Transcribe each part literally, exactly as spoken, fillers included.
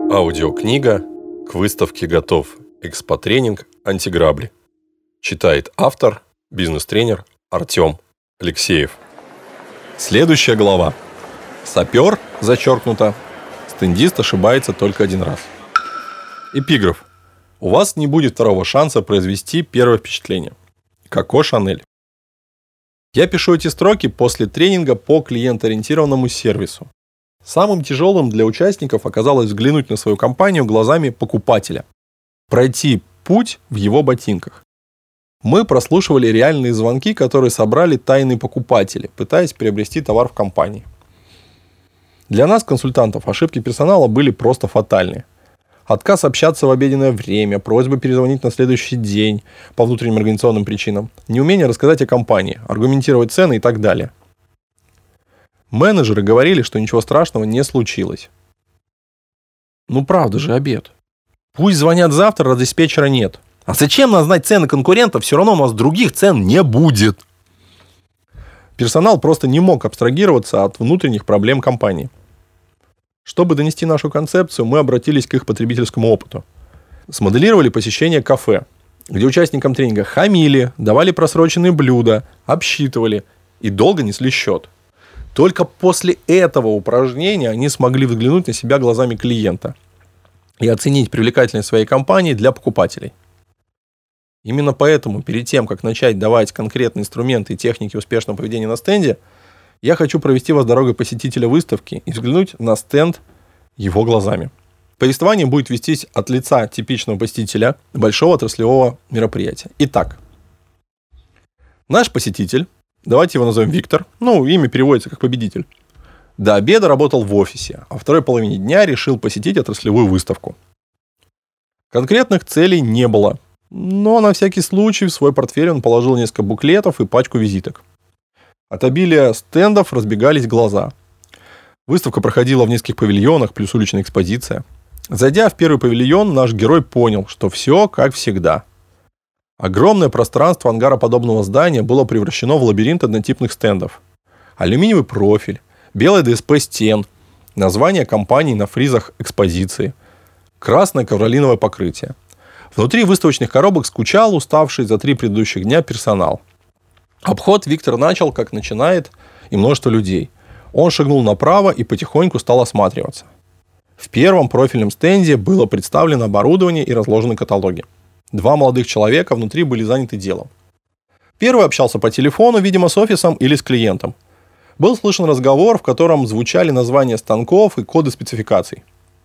Аудиокнига «К выставке готов. Экспотренинг. Антиграбли». Читает автор, бизнес-тренер Артем Алексеев. Следующая глава. Сапер, зачеркнуто, стендист ошибается только один раз. Эпиграф. У вас не будет второго шанса произвести первое впечатление. Коко Шанель. Я пишу эти строки после тренинга по клиентоориентированному сервису. Самым тяжелым для участников оказалось взглянуть на свою компанию глазами покупателя. Пройти путь в его ботинках. Мы прослушивали реальные звонки, которые собрали тайные покупатели, пытаясь приобрести товар в компании. Для нас, консультантов, ошибки персонала были просто фатальны. Отказ общаться в обеденное время, просьба перезвонить на следующий день по внутренним организационным причинам, неумение рассказать о компании, аргументировать цены и так далее. Менеджеры говорили, что ничего страшного не случилось. Ну правда же, обед. Пусть звонят завтра, раз диспетчера нет. А зачем нам знать цены конкурентов? Все равно у нас других цен не будет. Персонал просто не мог абстрагироваться от внутренних проблем компании. Чтобы донести нашу концепцию, мы обратились к их потребительскому опыту. Смоделировали посещение кафе, где участникам тренинга хамили, давали просроченные блюда, обсчитывали и долго несли счет. Только после этого упражнения они смогли взглянуть на себя глазами клиента и оценить привлекательность своей компании для покупателей. Именно поэтому, перед тем, как начать давать конкретные инструменты и техники успешного поведения на стенде, я хочу провести вас дорогой посетителя выставки и взглянуть на стенд его глазами. Повествование будет вестись от лица типичного посетителя большого отраслевого мероприятия. Итак, наш посетитель, давайте его назовем Виктор, ну, имя переводится как победитель, до обеда работал в офисе, а во второй половине дня решил посетить отраслевую выставку. Конкретных целей не было, но на всякий случай в свой портфель он положил несколько буклетов и пачку визиток. От обилия стендов разбегались глаза. Выставка проходила в нескольких павильонах, плюс уличная экспозиция. Зайдя в первый павильон, наш герой понял, что все как всегда. Огромное пространство ангароподобного здания было превращено в лабиринт однотипных стендов. Алюминиевый профиль, белое ДСП стен, название компаний на фризах экспозиции, красное ковролиновое покрытие. Внутри выставочных коробок скучал уставший за три предыдущих дня персонал. Обход Виктор начал, как начинает, и множество людей. Он шагнул направо и потихоньку стал осматриваться. В первом профильном стенде было представлено оборудование и разложены каталоги. Два молодых человека внутри были заняты делом. Первый общался по телефону, видимо, с офисом или с клиентом. Был слышен разговор, в котором звучали названия станков и коды спецификаций.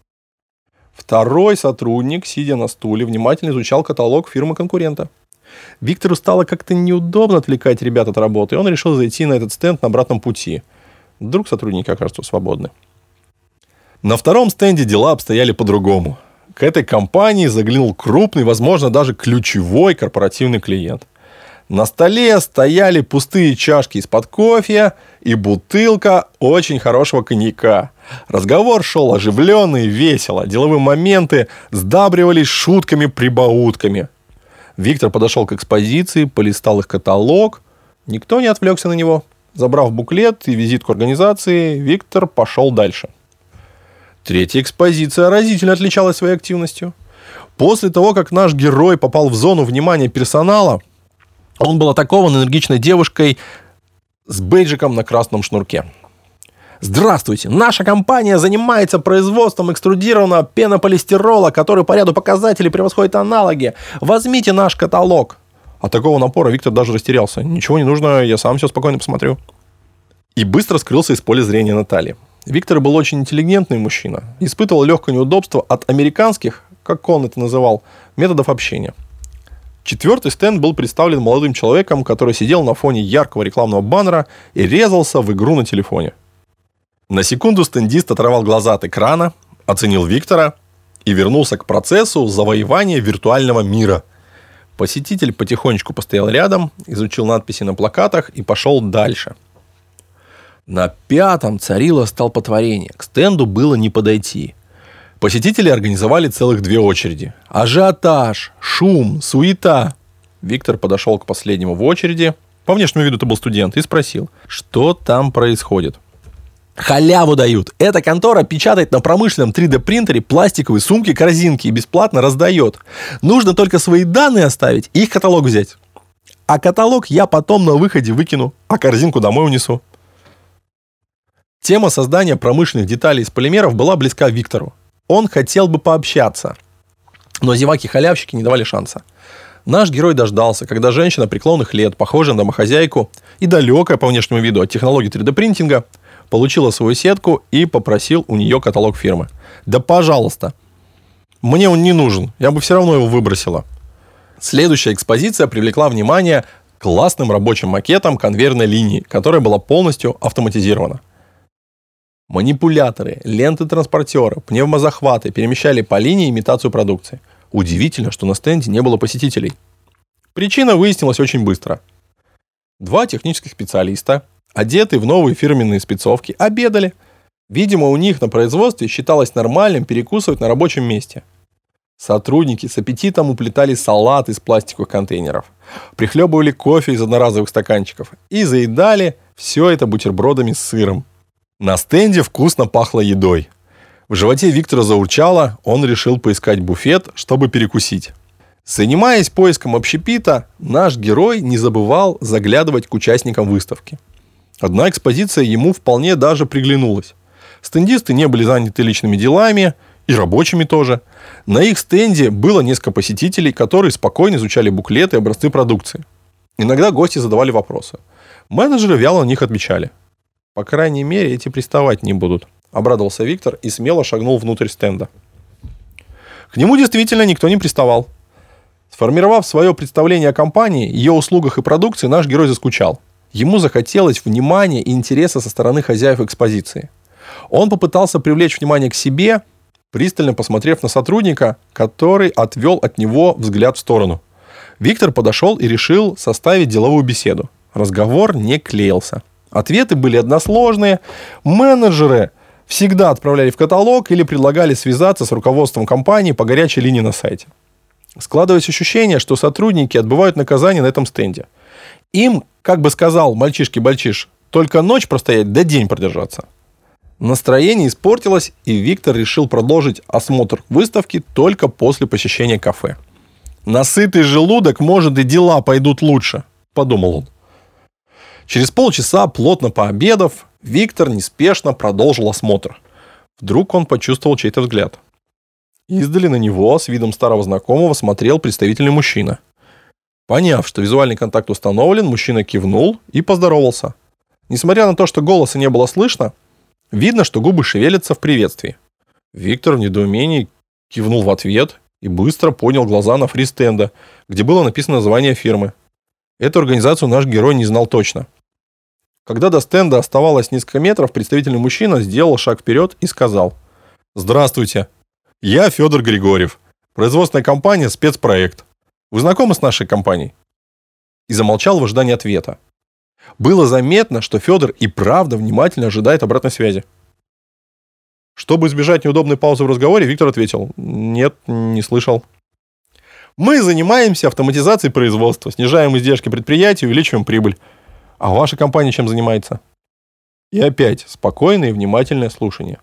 Второй сотрудник, сидя на стуле, внимательно изучал каталог фирмы-конкурента. Виктору стало как-то неудобно отвлекать ребят от работы, и он решил зайти на этот стенд на обратном пути. Вдруг сотрудники окажутся свободны. На втором стенде дела обстояли по-другому. К этой компании заглянул крупный, возможно, даже ключевой корпоративный клиент. На столе стояли пустые чашки из-под кофе и бутылка очень хорошего коньяка. Разговор шел оживленно и весело. Деловые моменты сдабривались шутками-прибаутками. Виктор подошел к экспозиции, полистал их каталог. Никто не отвлекся на него. Забрав буклет и визитку организации, Виктор пошел дальше. Третья экспозиция разительно отличалась своей активностью. После того, как наш герой попал в зону внимания персонала, он был атакован энергичной девушкой с бейджиком на красном шнурке. Здравствуйте! Наша компания занимается производством экструдированного пенополистирола, который по ряду показателей превосходит аналоги. Возьмите наш каталог. От такого напора Виктор даже растерялся. Ничего не нужно, я сам все спокойно посмотрю. И быстро скрылся из поля зрения Натальи. Виктор был очень интеллигентный мужчина. Испытывал легкое неудобство от американских, как он это называл, методов общения. Четвертый стенд был представлен молодым человеком, который сидел на фоне яркого рекламного баннера и резался в игру на телефоне. На секунду стендист оторвал глаза от экрана, оценил Виктора и вернулся к процессу завоевания виртуального мира. Посетитель потихонечку постоял рядом, изучил надписи на плакатах и пошел дальше. На пятом царило столпотворение. К стенду было не подойти. Посетители организовали целых две очереди. Ажиотаж, шум, суета. Виктор подошел к последнему в очереди. По внешнему виду это был студент и спросил, что там происходит. Халяву дают. Эта контора печатает на промышленном три дэ принтере пластиковые сумки, корзинки и бесплатно раздает. Нужно только свои данные оставить и их каталог взять. А каталог я потом на выходе выкину, а корзинку домой унесу. Тема создания промышленных деталей из полимеров была близка Виктору. Он хотел бы пообщаться, но зеваки-халявщики не давали шанса. Наш герой дождался, когда женщина преклонных лет, похожая на домохозяйку и далекая по внешнему виду от технологий три дэ принтинга, получила свою сетку и попросил у нее каталог фирмы. Да пожалуйста. Мне он не нужен, я бы все равно его выбросила. Следующая экспозиция привлекла внимание классным рабочим макетом конвейерной линии, которая была полностью автоматизирована. Манипуляторы, ленты-транспортеры, пневмозахваты перемещали по линии имитацию продукции. Удивительно, что на стенде не было посетителей. Причина выяснилась очень быстро. Два технических специалиста, одетые в новые фирменные спецовки, обедали. Видимо, у них на производстве считалось нормальным перекусывать на рабочем месте. Сотрудники с аппетитом уплетали салат из пластиковых контейнеров, прихлебывали кофе из одноразовых стаканчиков и заедали все это бутербродами с сыром. На стенде вкусно пахло едой. В животе Виктора заурчало, он решил поискать буфет, чтобы перекусить. Занимаясь поиском общепита, наш герой не забывал заглядывать к участникам выставки. Одна экспозиция ему вполне даже приглянулась. Стендисты не были заняты личными делами, и рабочими тоже. На их стенде было несколько посетителей, которые спокойно изучали буклеты и образцы продукции. Иногда гости задавали вопросы. Менеджеры вяло на них отвечали. По крайней мере, эти приставать не будут, обрадовался Виктор и смело шагнул внутрь стенда. К нему действительно никто не приставал. Сформировав свое представление о компании, ее услугах и продукции, наш герой заскучал. Ему захотелось внимания и интереса со стороны хозяев экспозиции. Он попытался привлечь внимание к себе, пристально посмотрев на сотрудника, который отвел от него взгляд в сторону. Виктор подошел и решил составить деловую беседу. Разговор не клеился. Ответы были односложные. Менеджеры всегда отправляли в каталог или предлагали связаться с руководством компании по горячей линии на сайте. Складывалось ощущение, что сотрудники отбывают наказание на этом стенде. Им, как бы сказал мальчишки-бальчиш, только ночь простоять да день продержаться. Настроение испортилось, и Виктор решил продолжить осмотр выставки только после посещения кафе. «На сытый желудок, может, и дела пойдут лучше», – подумал он. Через полчаса, плотно пообедав, Виктор неспешно продолжил осмотр. Вдруг он почувствовал чей-то взгляд. Издали на него с видом старого знакомого смотрел представительный мужчина. Поняв, что визуальный контакт установлен, мужчина кивнул и поздоровался. Несмотря на то, что голоса не было слышно, видно, что губы шевелятся в приветствии. Виктор в недоумении кивнул в ответ и быстро поднял глаза на фриз стенда, где было написано название фирмы. Эту организацию наш герой не знал точно. Когда до стенда оставалось несколько метров, представительный мужчина сделал шаг вперед и сказал: «Здравствуйте, я Федор Григорьев, производственная компания «Спецпроект». Вы знакомы с нашей компанией?» И замолчал в ожидании ответа. Было заметно, что Федор и правда внимательно ожидает обратной связи. Чтобы избежать неудобной паузы в разговоре, Виктор ответил: «Нет, не слышал». «Мы занимаемся автоматизацией производства, снижаем издержки предприятий, увеличиваем прибыль. А ваша компания чем занимается?» И опять спокойное и внимательное слушание.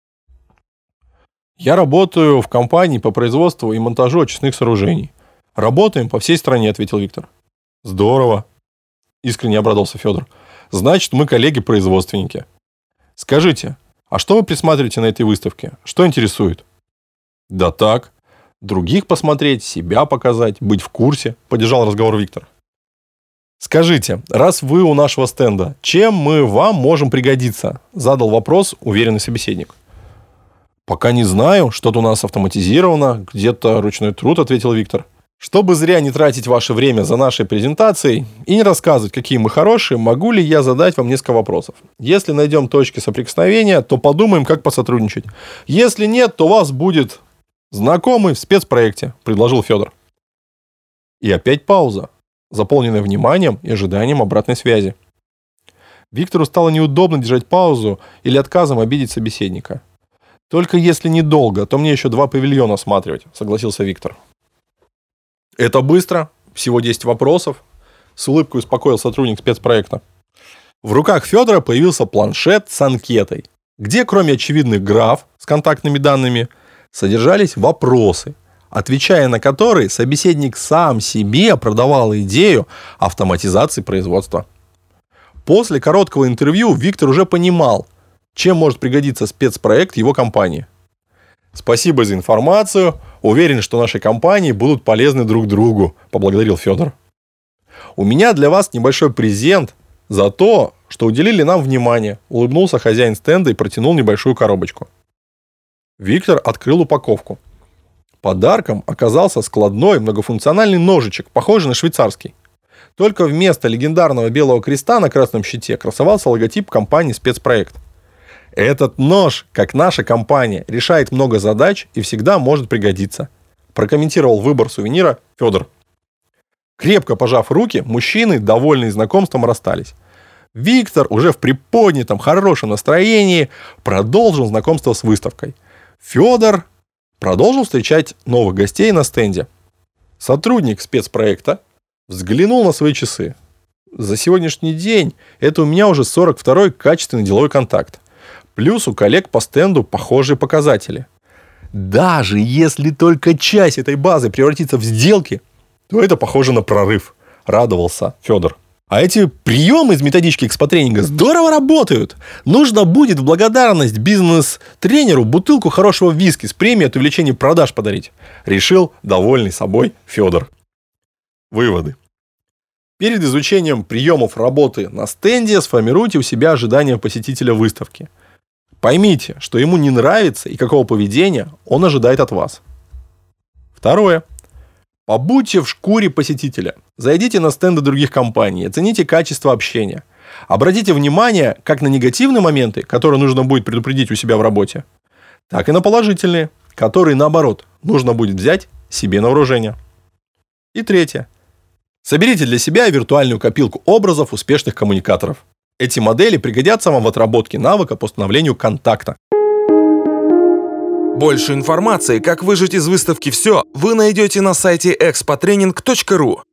«Я работаю в компании по производству и монтажу очистных сооружений. Работаем по всей стране», — ответил Виктор. «Здорово», — искренне обрадовался Федор. «Значит, мы коллеги-производственники. Скажите, а что вы присматриваете на этой выставке? Что интересует?» «Да так. Других посмотреть, себя показать, быть в курсе», — поддержал разговор Виктор. «Скажите, раз вы у нашего стенда, чем мы вам можем пригодиться?» — задал вопрос уверенный собеседник. «Пока не знаю, что-то у нас автоматизировано, где-то ручной труд», — ответил Виктор. «Чтобы зря не тратить ваше время за нашей презентацией и не рассказывать, какие мы хорошие, могу ли я задать вам несколько вопросов? Если найдем точки соприкосновения, то подумаем, как посотрудничать. Если нет, то у вас будет знакомый в спецпроекте», — предложил Федор. И опять пауза, заполненная вниманием и ожиданием обратной связи. Виктору стало неудобно держать паузу или отказом обидеть собеседника. «Только если недолго, то мне еще два павильона осматривать», — согласился Виктор. «Это быстро, всего десять вопросов», — с улыбкой успокоил сотрудник спецпроекта. В руках Федора появился планшет с анкетой, где кроме очевидных граф с контактными данными содержались вопросы, отвечая на которые собеседник сам себе продавал идею автоматизации производства. После короткого интервью Виктор уже понимал, чем может пригодиться спецпроект его компании. «Спасибо за информацию. Уверен, что наши компании будут полезны друг другу», – поблагодарил Федор. «У меня для вас небольшой презент за то, что уделили нам внимание», – улыбнулся хозяин стенда и протянул небольшую коробочку. Виктор открыл упаковку. Подарком оказался складной многофункциональный ножичек, похожий на швейцарский. Только вместо легендарного белого креста на красном щите красовался логотип компании «Спецпроект». «Этот нож, как наша компания, решает много задач и всегда может пригодиться», прокомментировал выбор сувенира Федор. Крепко пожав руки, мужчины, довольные знакомством, расстались. Виктор уже в приподнятом, хорошем настроении продолжил знакомство с выставкой. Федор продолжил встречать новых гостей на стенде. Сотрудник спецпроекта взглянул на свои часы. За сегодняшний день это у меня уже сорок второй качественный деловой контакт. Плюс у коллег по стенду похожие показатели. Даже если только часть этой базы превратится в сделки, то это похоже на прорыв, радовался Федор. А эти приемы из методички экспотренинга здорово работают. Нужно будет в благодарность бизнес-тренеру бутылку хорошего виски с премией от увеличения продаж подарить, решил довольный собой Федор. Выводы. Перед изучением приемов работы на стенде сформируйте у себя ожидания посетителя выставки. Поймите, что ему не нравится и какого поведения он ожидает от вас. Второе. Побудьте в шкуре посетителя. Зайдите на стенды других компаний, оцените качество общения. Обратите внимание как на негативные моменты, которые нужно будет предупредить у себя в работе, так и на положительные, которые, наоборот, нужно будет взять себе на вооружение. И третье. Соберите для себя виртуальную копилку образов успешных коммуникаторов. Эти модели пригодятся вам в отработке навыка по установлению контакта. Больше информации, как выжать из выставки все, вы найдете на сайте экспотренинг точка ру.